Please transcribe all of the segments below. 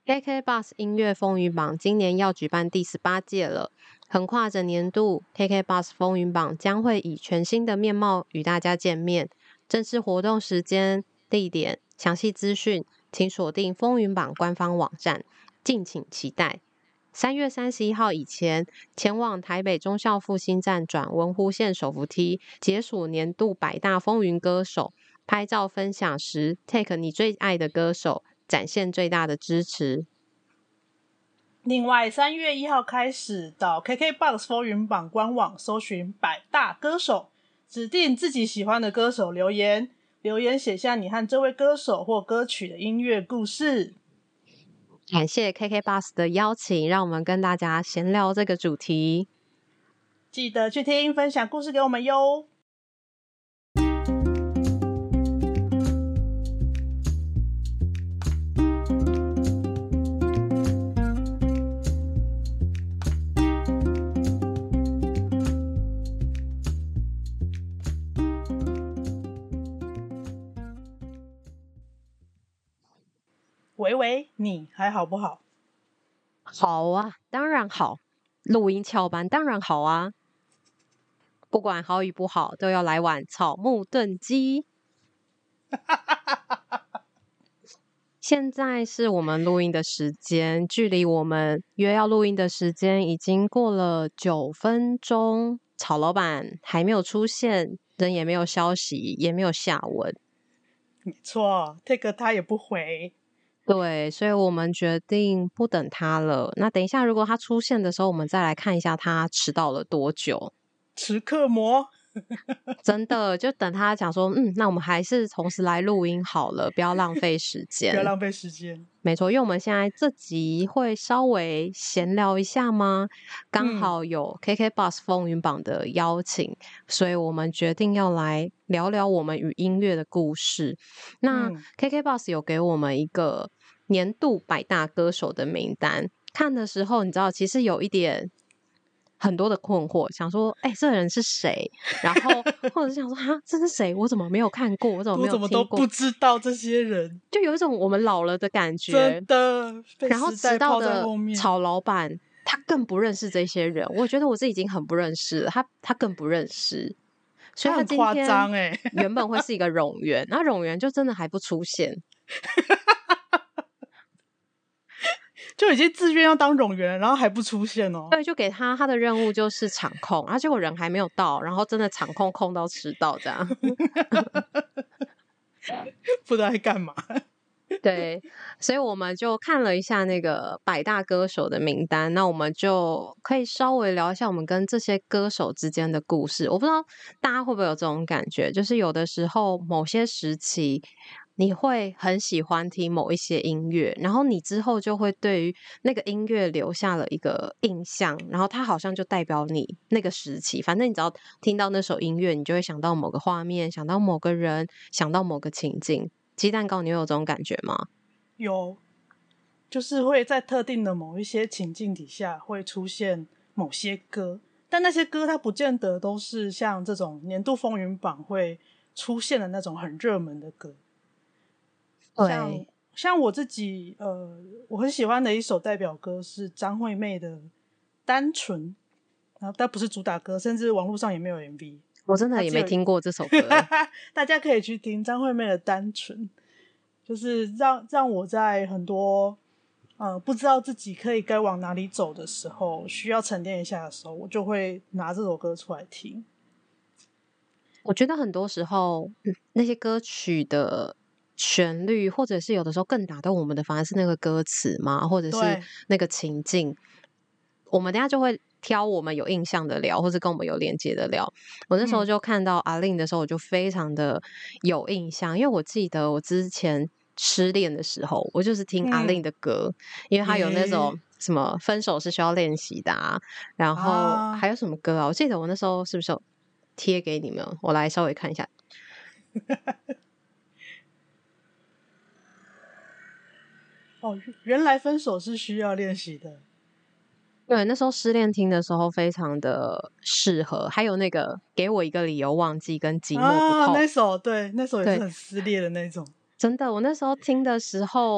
KKBOX 音乐风云榜今年要举办第18届了，横跨着年度 KKBOX 风云榜将会以全新的面貌与大家见面。正式活动时间、地点、详细资讯，请锁定风云榜官方网站，敬请期待。3月31号以前，前往台北忠孝复兴站转文湖线手扶梯，解锁年度100大风云歌手。拍照分享时 ，take 你最爱的歌手，展现最大的支持。 另外，3月1号开始到 KKBOX 风云榜官网搜寻100大歌手，指定自己喜欢的歌手留言写下你和这位歌手或歌曲的音乐故事。 感谢 KKBOX 的邀请，让我们跟大家闲聊这个主题。 记得去听，分享故事给我们哟。喂，你还好不好？ 好啊，当然好。录音翘班当然好啊。不管好与不好，都要来碗草木炖鸡。现在是我们录音的时间，距离我们约要录音的时间已经过了9分钟。草老板还没有出现，人也没有消息，也没有下文。 没错 ，Take 他也不回。 对，所以我们决定不等他了。那等一下，如果他出现的时候，我们再来看一下他迟到了多久。 迟刻魔， 真的就等他讲说，那我们还是同时来录音好了，不要浪费时间。 不要浪费时间。 没错，因为我们现在这集会稍微闲聊一下吗？刚好有 KKBOX 风云榜的邀请，所以我们决定要来聊聊我们与音乐的故事。那KKBOX 有给我们一个年度100大歌手的名单，看的时候你知道其实有一点很多的困惑，想说这个人是谁，然后或者是想说这是谁，我怎么没有看过，我怎么没有听过， 我怎么都不知道这些人， 就有一种我们老了的感觉。 真的， 然后迟到的面曹老板他更不认识这些人，我觉得我自己已经很不认识了，他更不认识，所以他今天原本会是一个冗员，然后冗员就真的还不出现。 就已经自愿要当冗员了，然后还不出现哦。 对，就给他的任务就是场控，然后结果人还没有到，然后真的场控到迟到这样。 不知道在干嘛。 对，所以我们就看了一下那个100大歌手的名单，那我们就可以稍微聊一下我们跟这些歌手之间的故事。我不知道大家会不会有这种感觉，就是有的时候某些时期你会很喜欢听某一些音乐，然后你之后就会对于那个音乐留下了一个印象，然后它好像就代表你那个时期，反正你只要听到那首音乐，你就会想到某个画面，想到某个人，想到某个情境。鸡蛋糕你有这种感觉吗？ 有，就是会在特定的某一些情境底下会出现某些歌，但那些歌它不见得都是像这种年度风云榜会出现的那种很热门的歌。像我自己我很喜欢的一首代表歌是张惠妹的《单纯》，然后但不是主打歌，甚至网络上也没有 MV。 我真的也没听过这首歌。 大家可以去听张惠妹的《单纯》，就是让我在很多不知道自己该往哪里走的时候，需要沉淀一下的时候，我就会拿这首歌出来听。 我觉得很多时候那些歌曲的旋律，或者是有的时候更打动我们的反而是那个歌词嘛，或者是那个情境。我们等一下就会挑我们有印象的聊，或者跟我们有连接的聊。我那时候就看到阿令的时候，我就非常的有印象，因为我记得我之前失恋的时候，我就是听阿令的歌，因为他有那种什么分手是需要练习的然后还有什么歌我记得我那时候是不是有贴给你们？我来稍微看一下。 原来分手是需要练习的。 对，那时候失恋听的时候非常的适合，还有那个给我一个理由忘记跟寂寞不痛那首也是很撕裂的那种。 真的，我那时候听的时候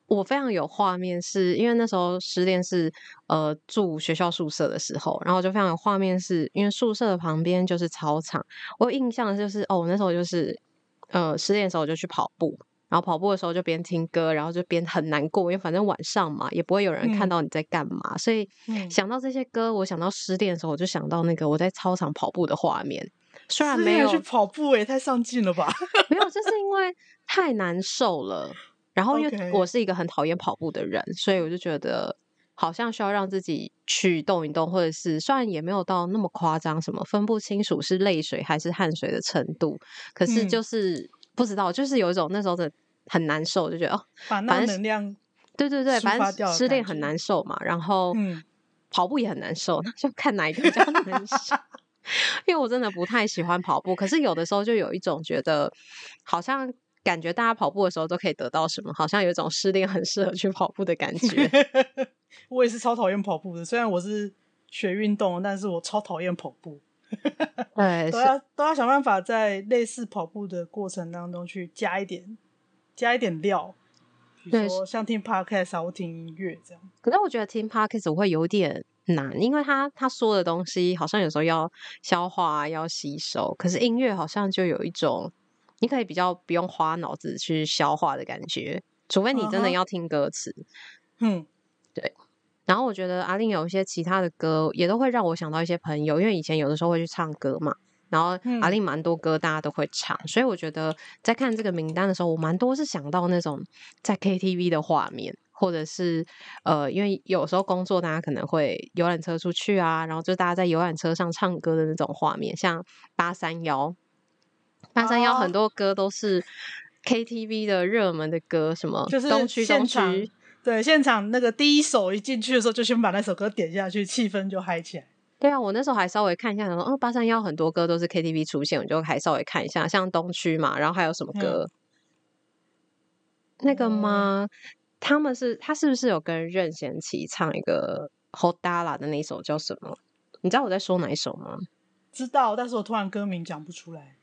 我非常有画面是，因为那时候失恋是住学校宿舍的时候，然后就非常有画面是，因为宿舍的旁边就是操场，我有印象的就是我那时候就是失恋的时候我就去跑步，然后跑步的时候就边听歌，然后就边很难过，因为反正晚上嘛，也不会有人看到你在干嘛，所以想到这些歌，我想到失恋的时候，我就想到那个我在操场跑步的画面。虽然没有去跑步也太上进了吧？ 没有，就是因为太难受了。然后因为我是一个很讨厌跑步的人，所以我就觉得好像需要让自己去动一动，或者是虽然也没有到那么夸张，什么分不清楚是泪水还是汗水的程度，可是就是不知道，就是有一种那时候的很难受，就觉得把那个能量对，反正失恋很难受嘛，然后跑步也很难受，那就看哪一个比较难受。因为我真的不太喜欢跑步，可是有的时候就有一种觉得好像感觉大家跑步的时候都可以得到什么，好像有一种失恋很适合去跑步的感觉。 我也是超讨厌跑步的，虽然我是学运动，但是我超讨厌跑步。 对， 都要想办法在类似跑步的过程当中去加一点料，比如说像听 podcast 或听音乐这样。 可是我觉得听 podcast 我会有点难，因为他说的东西好像有时候要消化要吸收，可是音乐好像就有一种你可以比较不用花脑子去消化的感觉，除非你真的要听歌词。对。然后我觉得阿令有一些其他的歌也都会让我想到一些朋友，因为以前有的时候会去唱歌嘛，然后阿令蛮多歌大家都会唱，所以我觉得在看这个名单的时候，我蛮多是想到那种在 KTV 的画面，或者是因为有时候工作大家可能会游览车出去啊，然后就大家在游览车上唱歌的那种画面，像831很多歌都是 KTV 的热门的歌，什么就是东区东区。 对，现场那个第一首一进去的时候，就先把那首歌点下去，气氛就嗨起来。 对啊，我那时候还稍微看一下，想说831很多歌都是 KTV 出现，我就还稍微看一下，像东区嘛，然后还有什么歌？那个吗？他是不是有跟任贤齐唱一个 Hodala 的那首叫什么？你知道我在说哪一首吗？ 知道，但是我突然歌名讲不出来。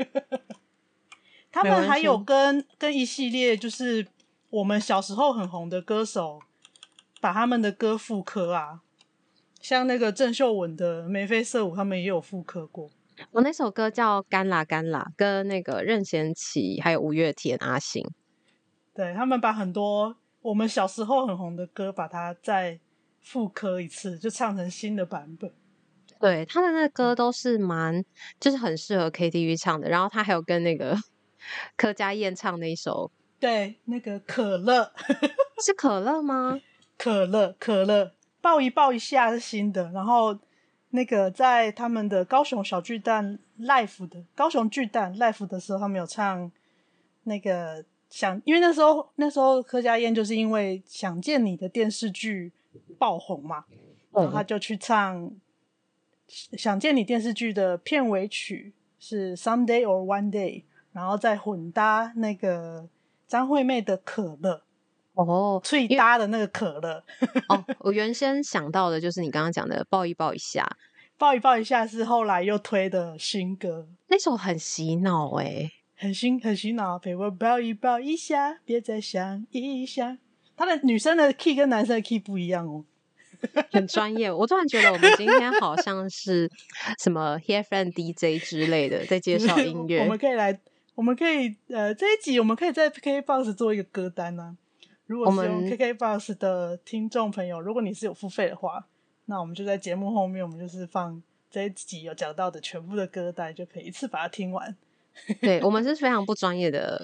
他们还有跟一系列就是我们小时候很红的歌手，把他们的歌复刻啊，像那个郑秀文的眉飞色舞，他们也有复刻过。 我那首歌叫《干啦干啦》，跟那个任贤齐还有五月天阿信， 对，他们把很多我们小时候很红的歌，把它再复刻一次，就唱成新的版本。 对，他的那个歌都是就是很适合 KTV 唱的。然后他还有跟那个柯佳燕唱那一首， 对，那个可乐是可乐吗？ 可乐，抱一抱一下是新的。然后那个在他们的高雄小巨蛋 live 的高雄巨蛋 live 的时候，他们有唱那个因为那时候柯佳燕就是因为想见你的电视剧爆红嘛，然后他就去唱想见你电视剧的片尾曲是 Someday or One Day， 然后再混搭那个张惠妹的可乐脆搭的那个可乐我原先想到的就是你刚刚讲的抱一抱一下， 抱一抱一下是后来又推的新歌， 那首很洗脑很洗脑，陪我抱一抱一下，别再想一想。他的女生的 key 跟男生的 key 不一样哦， 很专业。我突然觉得我们今天好像是什么 HearFriend DJ 之类的，在介绍音乐。 我们可以这一集我们可以在 KKBOX 做一个歌单啊。如果是用 KKBOX 的听众朋友，如果你是有付费的话，那我们就在节目后面，我们就是放这一集有讲到的全部的歌单，就可以一次把它听完。 对，我们是非常不专业的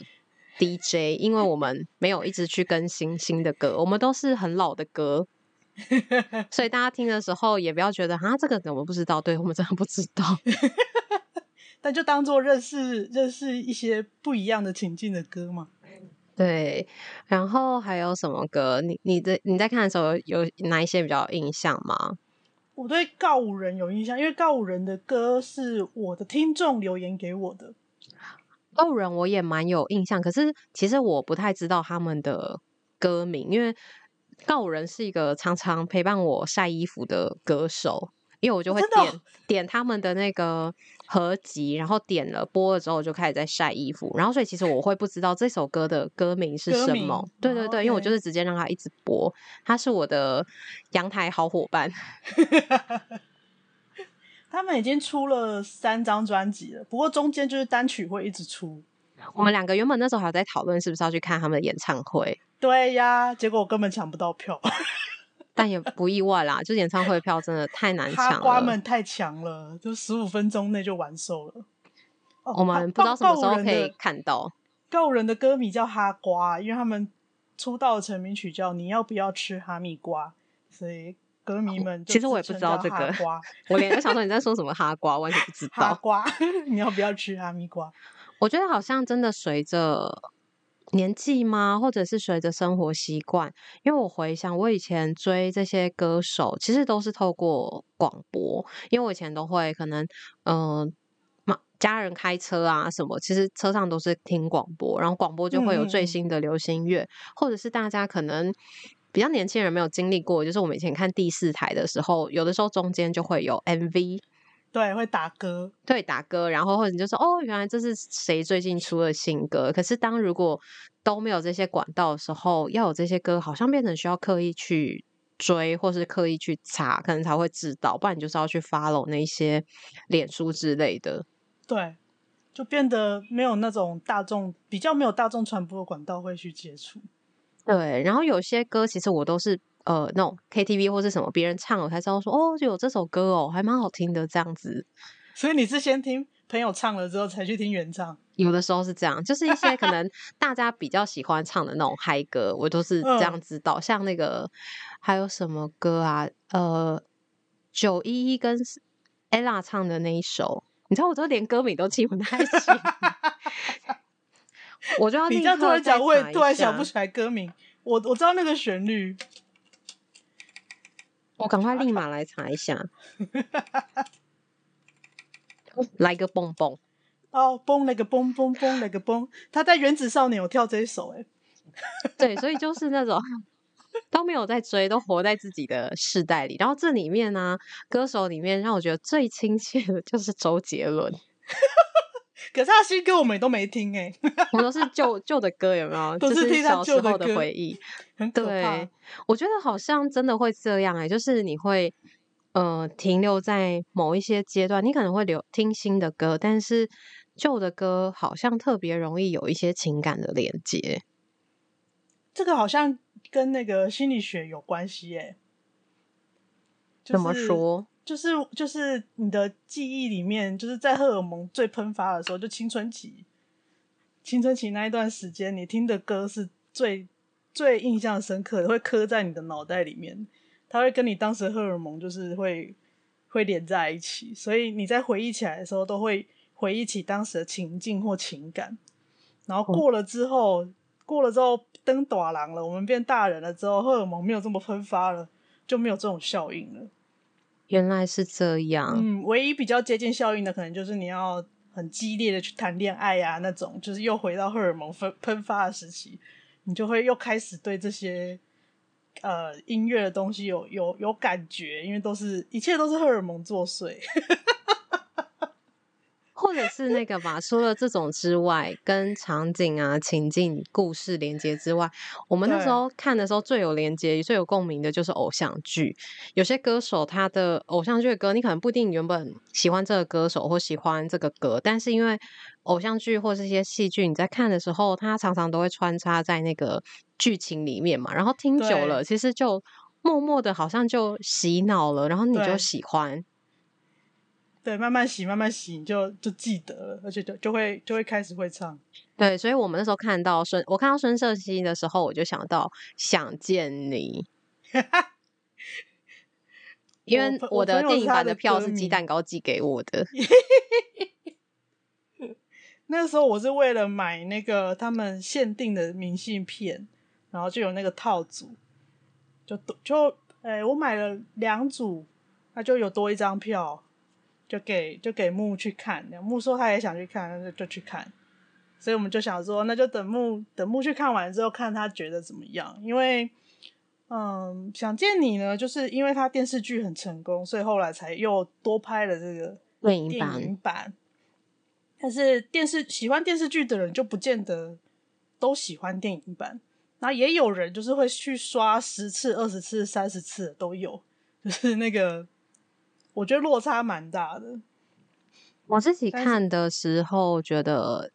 DJ， 因为我们没有一直去更新新的歌，我们都是很老的歌，所以大家听的时候也不要觉得这个我们不知道，对，我们真的不知道。 但就当做认识一些不一样的情境的歌嘛。 对，然后还有什么歌？你在看的时候有哪一些比较有印象吗？ 我对告五人有印象，因为告五人的歌是我的听众留言给我的。 告五人我也蛮有印象，可是其实我不太知道他们的歌名，因为告五人是一个常常陪伴我晒衣服的歌手，因为我就会点他们的那个合集，然后点了播了之后就开始在晒衣服，然后所以其实我会不知道这首歌的歌名是什么。对对对，因为我就是直接让它一直播，它是我的阳台好伙伴。 他们已经出了3张专辑了，不过中间就是单曲会一直出。 我们2个原本那时候还在讨论是不是要去看他们的演唱会。 对呀，结果我根本抢不到票。 但也不意外啦，就演唱会票真的太难抢了， 哈瓜们太强了，就15分钟内就完售了。 我们不知道什么时候可以看到。 告五人的歌迷叫哈瓜，因为他们出道的成名曲叫《你要不要吃哈密瓜》，所以歌迷们就其实我也不知道这个，我想说你在说什么哈瓜，完全不知道。 哈瓜，你要不要吃哈密瓜？ 我觉得好像真的随着年纪吗，或者是随着生活习惯，因为我回想我以前追这些歌手其实都是透过广播，因为我以前都会可能家人开车啊什么，其实车上都是听广播，然后广播就会有最新的流行乐，或者是大家可能比较年轻人没有经历过，就是我们以前看第4台的时候，有的时候中间就会有 MV。 对，会打歌， 对，打歌，然后或者你就说哦，原来这是谁最近出的新歌。可是如果都没有这些管道的时候，要有这些歌，好像变成需要刻意去追，或是刻意去查，可能才会知道，不然你就是要去 follow 那些脸书之类的。 对，就变得没有那种比较没有大众传播的管道会去接触。 对，然后有些歌其实我都是那种 KTV 或是什么别人唱我才知道说哦，就有这首歌哦，还蛮好听的这样子。 所以你是先听朋友唱了之后才去听原唱？ 有的时候是这样，就是一些可能大家比较喜欢唱的那种嗨歌，我都是这样知道。像那个还有什么歌啊911跟 Ella 唱的那一首，你知道我都连歌名都记不太清。我就要你这样突然讲，我也突然想不起来歌名。我知道那个旋律， 我赶快立马来查一下。来个蹦蹦哦，蹦那个蹦蹦蹦那个蹦，他在《原子少年》有跳这一首对，所以就是那种都没有在追，都活在自己的世代里。然后这里面呢，歌手里面让我觉得最亲切的就是周杰伦。 可是他新歌我们也都没听我都是旧的歌，有没有？ 都是听他小时候的回忆， 很可怕。对， 我觉得好像真的会这样就是你会停留在某一些阶段，你可能会听新的歌，但是旧的歌好像特别容易有一些情感的连接。 这个好像跟那个心理学有关系怎么说？ 就是你的记忆里面，就是在荷尔蒙最喷发的时候，就青春期那一段时间，你听的歌是最印象深刻的，会刻在你的脑袋里面，它会跟你当时荷尔蒙就是会连在一起，所以你在回忆起来的时候，都会回忆起当时的情境或情感。然后过了之后登大人了，我们变大人了之后，荷尔蒙没有这么喷发了，就没有这种效应了。 原来是这样。 唯一比较接近效应的，可能就是你要很激烈的去谈恋爱啊，那种就是又回到荷尔蒙喷发的时期，你就会又开始对这些音乐的东西有感觉，因为一切都是荷尔蒙作祟。 或者是那个吧，除了这种之外，跟场景啊、情境、故事连接之外，我们那时候看的时候最有连接、最有共鸣的就是偶像剧。有些歌手他的偶像剧的歌，你可能不一定原本喜欢这个歌手或喜欢这个歌，但是因为偶像剧或是一些戏剧，你在看的时候，它常常都会穿插在那个剧情里面嘛，然后听久了，其实就默默的好像就洗脑了，然后你就喜欢。 对，慢慢洗，你就记得了，而且就会开始会唱。 对，所以我们那时候我看到孙盛希的时候，我就想到想见你，因为我的电影版的票是鸡蛋糕寄给我的。 那时候我是为了买那个他们限定的明信片，然后就有那个套组，我买了2组，那就有多一张票。就给木去看，木说他也想去看，那就去看，所以我们就想说，那就等木去看完之后，看他觉得怎么样。因为想见你呢，就是因为他电视剧很成功，所以后来才又多拍了这个电影电影版，但是喜欢电视剧的人就不见得都喜欢电影版，然后也有人就是会去刷10次、20次、30次都有，就是那个我觉得落差蛮大的。 我自己看的时候觉得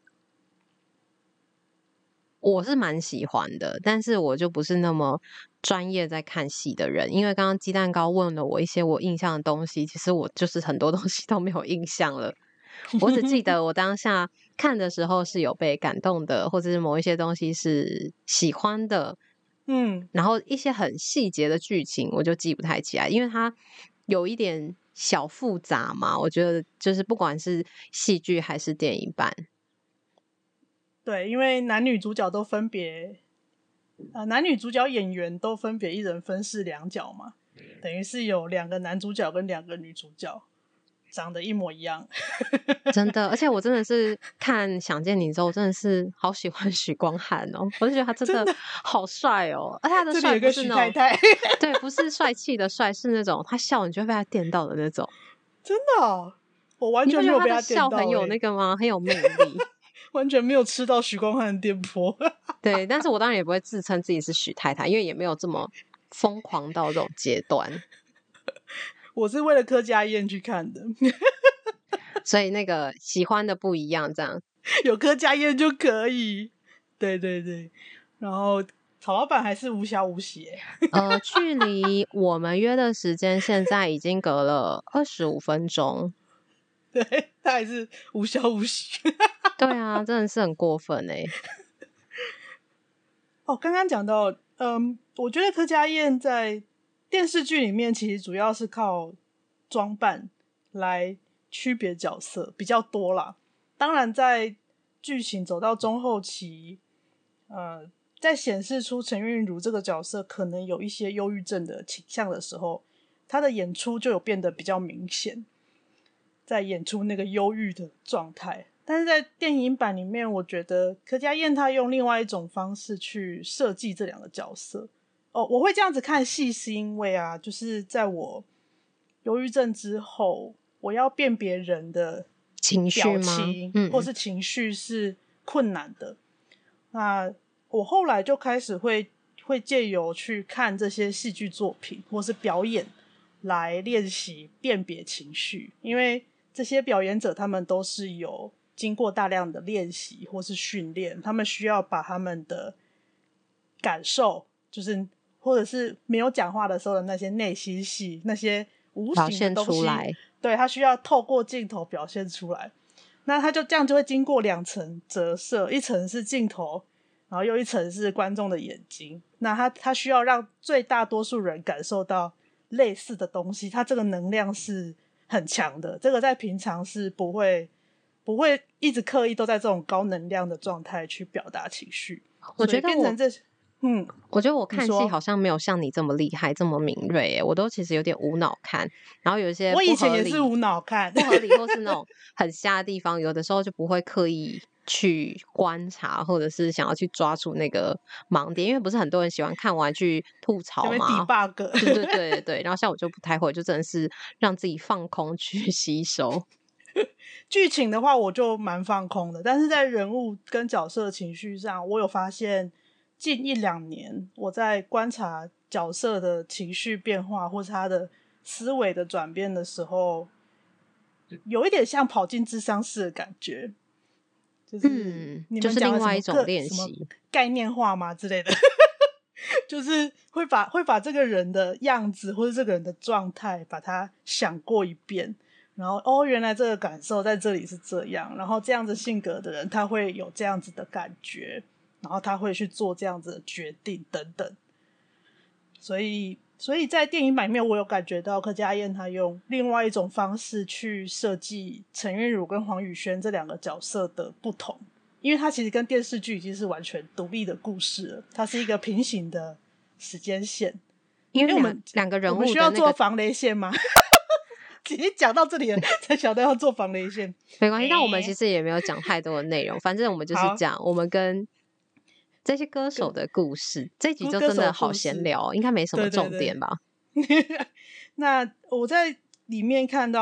我是蛮喜欢的，但是我就不是那么专业在看戏的人，因为刚刚鸡蛋糕问了我一些我印象的东西，其实我就是很多东西都没有印象了。我只记得我当下看的时候是有被感动的，或者是某一些东西是喜欢的，然后一些很细节的剧情我就记不太起来，因为它有一点小复杂嘛。我觉得就是不管是戏剧还是电影版， 对，因为男女主角都分别男女主角演员都分别一人分饰2角嘛，等于是有2个男主角跟2个女主角长得一模一样。 真的，而且我真的是看《想见你》之后，真的是好喜欢许光汉哦！我就觉得他真的好帅哦，而且他的帅不是那种对，不是帅气的帅，是那种他笑你就会被他电到的那种。 真的哦，我完全没有被他电到。 你不觉得他的笑很有那个吗？很有魅力， 完全没有吃到许光汉的电波。 对，但是我当然也不会自称自己是许太太，因为也没有这么疯狂到这种阶段。 我是为了柯佳嬿去看的。 所以那个喜欢的不一样，这样有柯佳嬿就可以。对对对，然后曹老板还是无瑕无息。 距离我们约的时间现在已经隔了25分钟。 对，他还是无瑕无息。 对啊，真的是很过分欸。 刚刚讲到，我觉得柯佳嬿在电视剧里面其实主要是靠装扮来区别角色比较多啦。当然在剧情走到中后期，在显示出陈韵如这个角色可能有一些忧郁症的倾向的时候，她的演出就有变得比较明显，在演出那个忧郁的状态。但是在电影版里面，我觉得柯佳嬿她用另外一种方式去设计这2个角色。我会这样子看戏是因为就是在我忧郁症之后，我要辨别人的情绪吗？ 或是情绪是困难的。那我后来就开始会借由去看这些戏剧作品或是表演来练习辨别情绪，因为这些表演者他们都是有经过大量的练习或是训练，他们需要把他们的感受，就是或者是没有讲话的时候的那些内心戏，那些无形的东西，对，他需要透过镜头表现出来。那他就这样就会经过2层折射，一层是镜头，然后又一层是观众的眼睛。那他需要让最大多数人感受到类似的东西，他这个能量是很强的，这个在平常是不会一直刻意都在这种高能量的状态去表达情绪。 我觉得变成我觉得我看戏好像没有像你这么厉害这么敏锐耶，我都其实有点无脑看，然后有一些我以前也是无脑看， 不合理或是那种很瞎的地方，有的时候就不会刻意去观察，或者是想要去抓住那个盲点，因为不是很多人喜欢看完去吐槽嘛 ，debug。 对对对对，然后像我就不太会，就真的是让自己放空去吸收。 剧情的话我就蛮放空的，但是在人物跟角色情绪上，我有发现近1-2年我在观察角色的情绪变化或是他的思维的转变的时候，有一点像跑进諮商室的感觉，就是你们讲的另外一种练习概念化吗之类的。就是会把这个人的样子或者这个人的状态把它想过一遍，然后原来这个感受在这里是这样，然后这样子性格的人他会有这样子的感觉，然后他会去做这样子的决定等等。所以在电影版里面我有感觉到柯佳嬿他用另外一种方式去设计陈韵如跟黄宇轩这2个角色的不同，因为它其实跟电视剧已经是完全独立的故事了，它是一个平行的时间线。 因为我们2个人物的我们需要做防雷线吗？已经讲到这里了才晓得要做防雷线。 没关系，但我们其实也没有讲太多的内容，反正我们就是讲我们跟这些歌手的故事。这集就真的好闲聊，应该没什么重点吧。 对对对那我在里面看到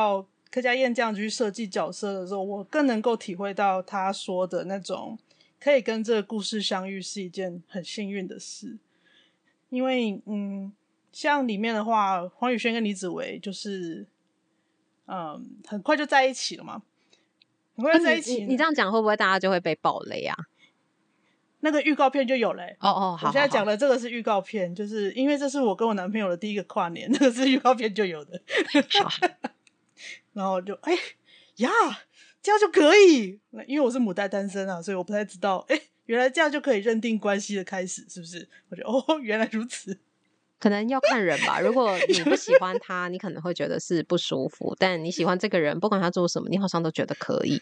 柯佳嬿这样去设计角色的时候，我更能够体会到他说的那种可以跟这个故事相遇是一件很幸运的事。因为像里面的话，黄宇轩跟李子维就是很快就在一起了嘛，很快就在一起。 你这样讲会不会大家就会被爆雷啊？ 那个预告片就有了好， 我现在讲的这个是预告片，就是因为这是我跟我男朋友的第一个跨年，那个是预告片就有的。然后就呀，这样就可以，因为我是母胎单身啊，所以我不太知道原来这样就可以认定关系的开始，是不是？我觉得原来如此。 可能要看人吧，如果你不喜欢他，你可能会觉得是不舒服，但你喜欢这个人，不管他做什么，你好像都觉得可以。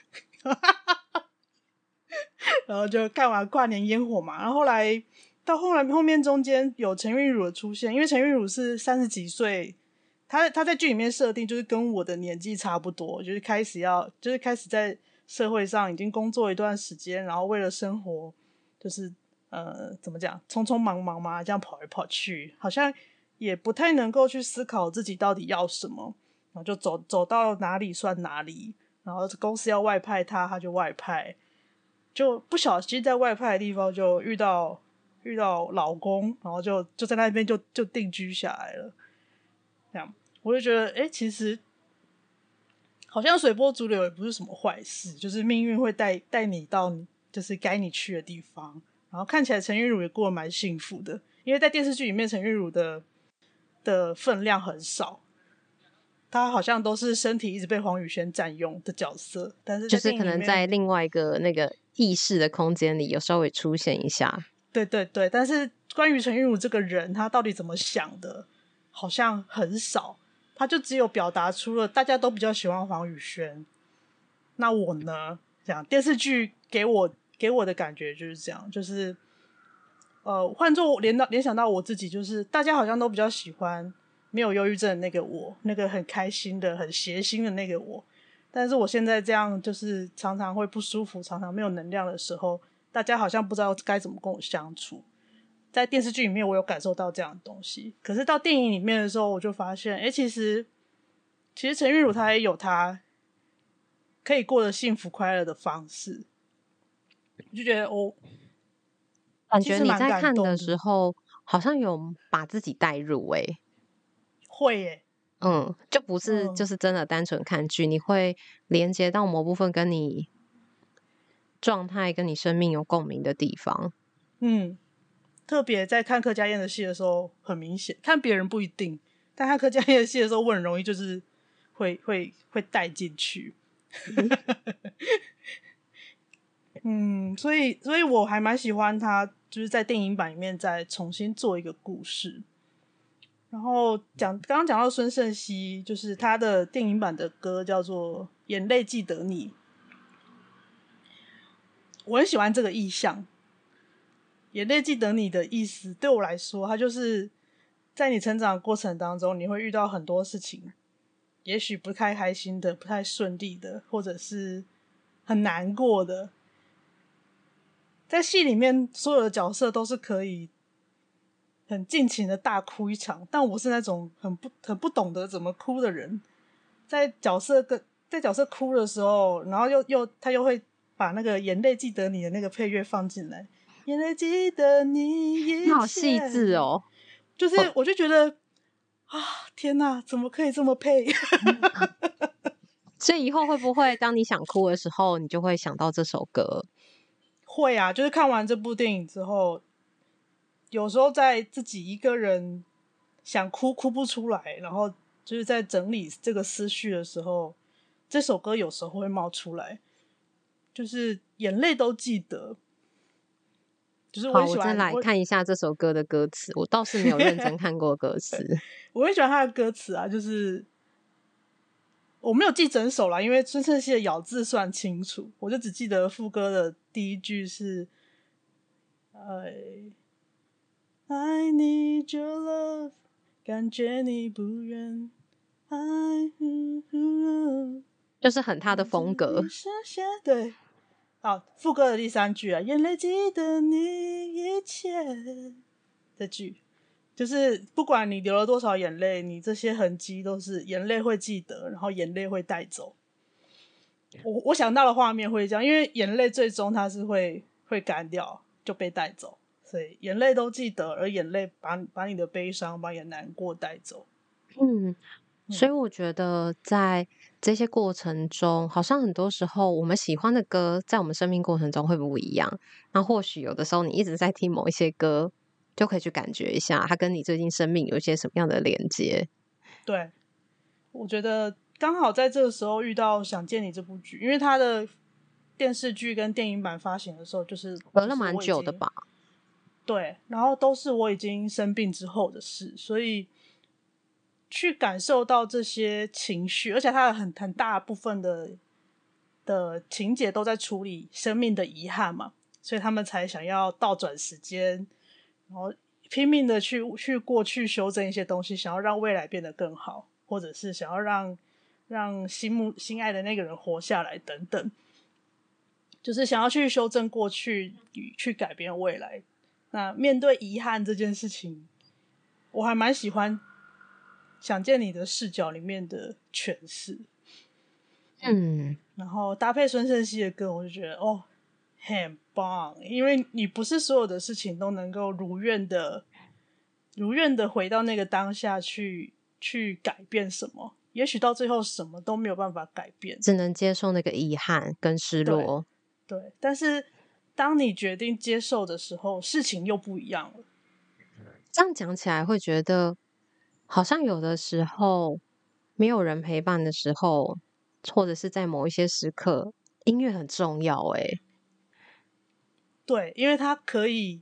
然后就看完跨年烟火嘛，然后后面中间有陈韵如的出现，因为陈韵如是30几岁，他在剧里面设定就是跟我的年纪差不多，就是开始在社会上已经工作一段时间，然后为了生活就是怎么讲，匆匆忙忙嘛，这样跑来跑去，好像也不太能够去思考自己到底要什么，然后就走到哪里算哪里，然后公司要外派他就外派，就不小心在外派的地方就遇到老公，然后就在那边就定居下来了。这样我就觉得其实好像随波逐流也不是什么坏事，就是命运会带你到就是该你去的地方。然后看起来陈韵如也过得蛮幸福的，因为在电视剧里面陈韵如的分量很少，她好像都是身体一直被黄宇轩占用的角色，但是就是可能在另外一个那个意识的空间里有稍微出现一下。 对对对，但是关于陈韵如这个人他到底怎么想的好像很少，他就只有表达出了大家都比较喜欢黄宇轩，那我呢这样，电视剧给我的感觉就是这样，就是换作联想到我自己，就是大家好像都比较喜欢没有忧郁症的那个我，那个很开心的很谐星的那个我，但是我现在这样就是常常会不舒服，常常没有能量的时候，大家好像不知道该怎么跟我相处。在电视剧里面我有感受到这样的东西，可是到电影里面的时候我就发现其实陈韵如她也有她可以过得幸福快乐的方式，我就觉得感觉你在看的时候好像有把自己带入会就不是就是真的单纯看剧，你会连接到某部分跟你状态跟你生命有共鸣的地方。 特别在看柯佳嬿的戏的时候很明显，看别人不一定，但看柯佳嬿的戏的时候我很容易就是会带进去。所以我还蛮喜欢他就是在电影版里面再重新做一个故事。然后刚刚讲到孙盛希，就是他的电影版的歌叫做《眼泪记得你》，我很喜欢这个意象。眼泪记得你的意思对我来说，它就是在你成长的过程当中你会遇到很多事情，也许不太开心的，不太顺利的，或者是很难过的，在戏里面所有的角色都是可以很尽情的大哭一场，但我是那种很不懂得怎么哭的人，在角色哭的时候，然后他又会把那个眼泪记得你的那个配乐放进来，眼泪记得你一切， 你好细致哦， 就是我就觉得天哪，怎么可以这么配？ 所以以后会不会当你想哭的时候你就会想到这首歌？ 会啊，就是看完这部电影之后，有时候在自己一个人想哭不出来，然后就是在整理这个思绪的时候，这首歌有时候会冒出来，就是眼泪都记得。就是好，我再来看一下这首歌的歌词，我倒是没有认真看过歌词。 我很喜欢他的歌词啊，就是我没有记整首啦，因为孙盛希的咬字算清楚，我就只记得副歌的第一句是I need your love， 感觉你不远， 就是很他的风格。 对，好，副歌的第3句啊，眼泪记得你一切，这句就是不管你流了多少眼泪，你这些痕迹都是眼泪会记得，然后眼泪会带走。我想到的画面会这样，因为眼泪最终它是会干掉，就被带走，所以眼泪都记得，而眼泪把你的悲伤、把你的难过带走。 所以我觉得在这些过程中，好像很多时候我们喜欢的歌，在我们生命过程中会不一样。那或许有的时候你一直在听某一些歌，就可以去感觉一下，它跟你最近生命有一些什么样的连接。 对，我觉得刚好在这个时候遇到《想见你》这部剧，因为它的电视剧跟电影版发行的时候，就是隔了蛮久的吧。 对，然后都是我已经生病之后的事，所以去感受到这些情绪，而且它有很大部分的情节都在处理生命的遗憾嘛，所以他们才想要倒转时间，然后拼命的去过去修正一些东西，想要让未来变得更好，或者是想要让心爱的那个人活下来等等，就是想要去修正过去，去改变未来。那面对遗憾这件事情，我还蛮喜欢想见你的视角里面的诠释。然后搭配孙盛希的歌，我就觉得很棒，因为你不是所有的事情都能够如愿的回到那个当下去改变什么，也许到最后什么都没有办法改变， 只能接受那个遗憾跟失落。 对，但是当你决定接受的时候，事情又不一样了。 这样讲起来会觉得好像有的时候没有人陪伴的时候，或者是在某一些时刻，音乐很重要欸。 对，因为它可以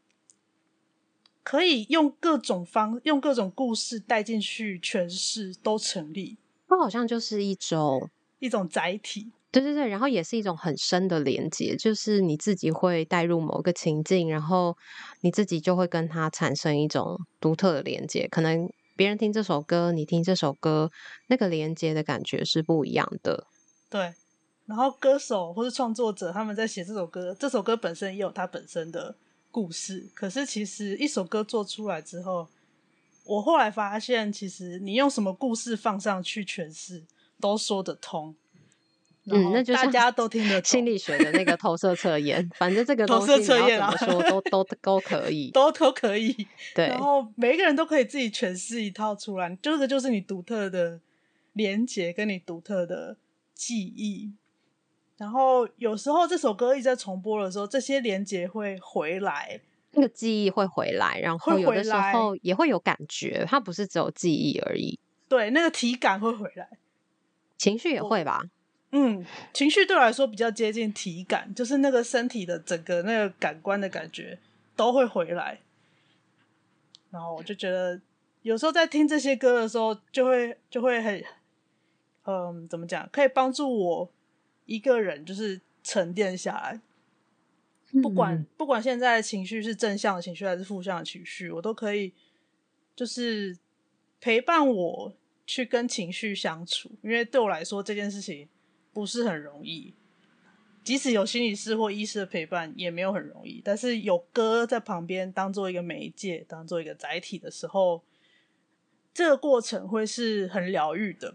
用各种故事带进去诠释都成立， 它好像就是一种载体。 对对对，然后也是一种很深的连接，就是你自己会带入某个情境，然后你自己就会跟它产生一种独特的连接。可能别人听这首歌，你听这首歌，那个连接的感觉是不一样的。 对，然后歌手或是创作者他们在写这首歌本身也有它本身的故事。可是其实一首歌做出来之后，我后来发现，其实你用什么故事放上去诠释，都说得通。 那就像大家都听得懂心理学的那个投射测验，反正这个东西你要怎么说都可以， 都可以。 对， 然后每一个人都可以自己诠释一套出来，这个就是你独特的连结跟你独特的记忆。然后有时候这首歌一直在重播的时候，这些连结会回来， 那个记忆会回来，然后有的时候也会有感觉，它不是只有记忆而已。 对，那个体感会回来， 情绪也会吧。 情绪对我来说比较接近体感，就是那个身体的整个那个感官的感觉都会回来。然后我就觉得有时候在听这些歌的时候，就会很怎么讲，可以帮助我一个人就是沉淀下来。不管现在的情绪是正向的情绪还是负向的情绪，我都可以就是陪伴我去跟情绪相处，因为对我来说这件事情不是很容易，即使有心理师或医师的陪伴也没有很容易，但是有歌在旁边当做一个媒介，当做一个载体的时候，这个过程会是很疗愈的。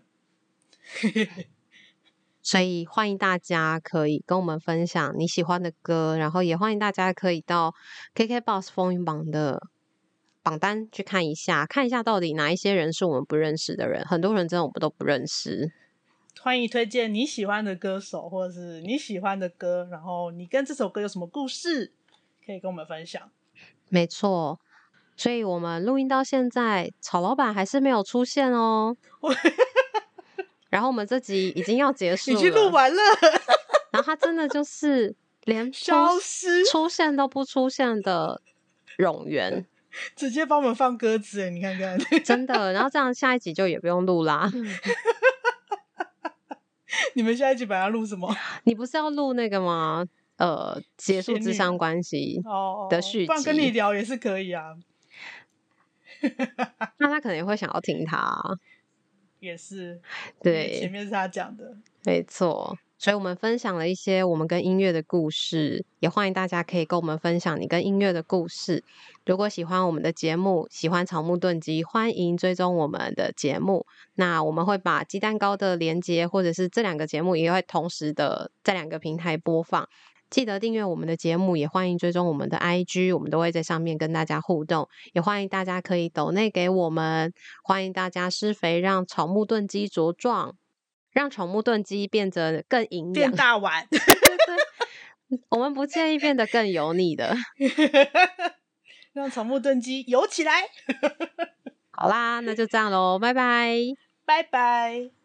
所以欢迎大家可以跟我们分享你喜欢的歌，然后也欢迎大家可以到 KKBOX 风云榜的榜单去看一下到底哪一些人是我们不认识的人，很多人真的我们都不认识。 欢迎推荐你喜欢的歌手或者是你喜欢的歌，然后你跟这首歌有什么故事可以跟我们分享。 没错，所以我们录音到现在，曹老板还是没有出现哦。然后我们这集已经要结束了， 已经录完了， 然后他真的就是连消失出现都不出现的冗员， 直接帮我们放鸽子耶，你看看， 真的。然后这样下一集就也不用录啦。 你们下一集本来要录什么？ 你不是要录那个吗？结束諮商关系的续集， 不然跟你聊也是可以啊。 那他可能也会想要听他， 也是， 对， 前面是他讲的， 没错。 所以我们分享了一些我们跟音乐的故事，也欢迎大家可以跟我们分享你跟音乐的故事。如果喜欢我们的节目，喜欢草木炖鸡，欢迎追踪我们的节目。那我们会把鸡蛋糕的连结，或者是这2个节目也会同时的在2个平台播放。记得订阅我们的节目，也欢迎追踪我们的 IG， 我们都会在上面跟大家互动。也欢迎大家可以抖内给我们，欢迎大家施肥，让草木炖鸡茁壮，让草木炖鸡变得更营养， 变大碗。 对对，我们不建议变得更油腻的。 让草木炖鸡油起来。 好啦，那就这样咯，拜拜， 拜拜。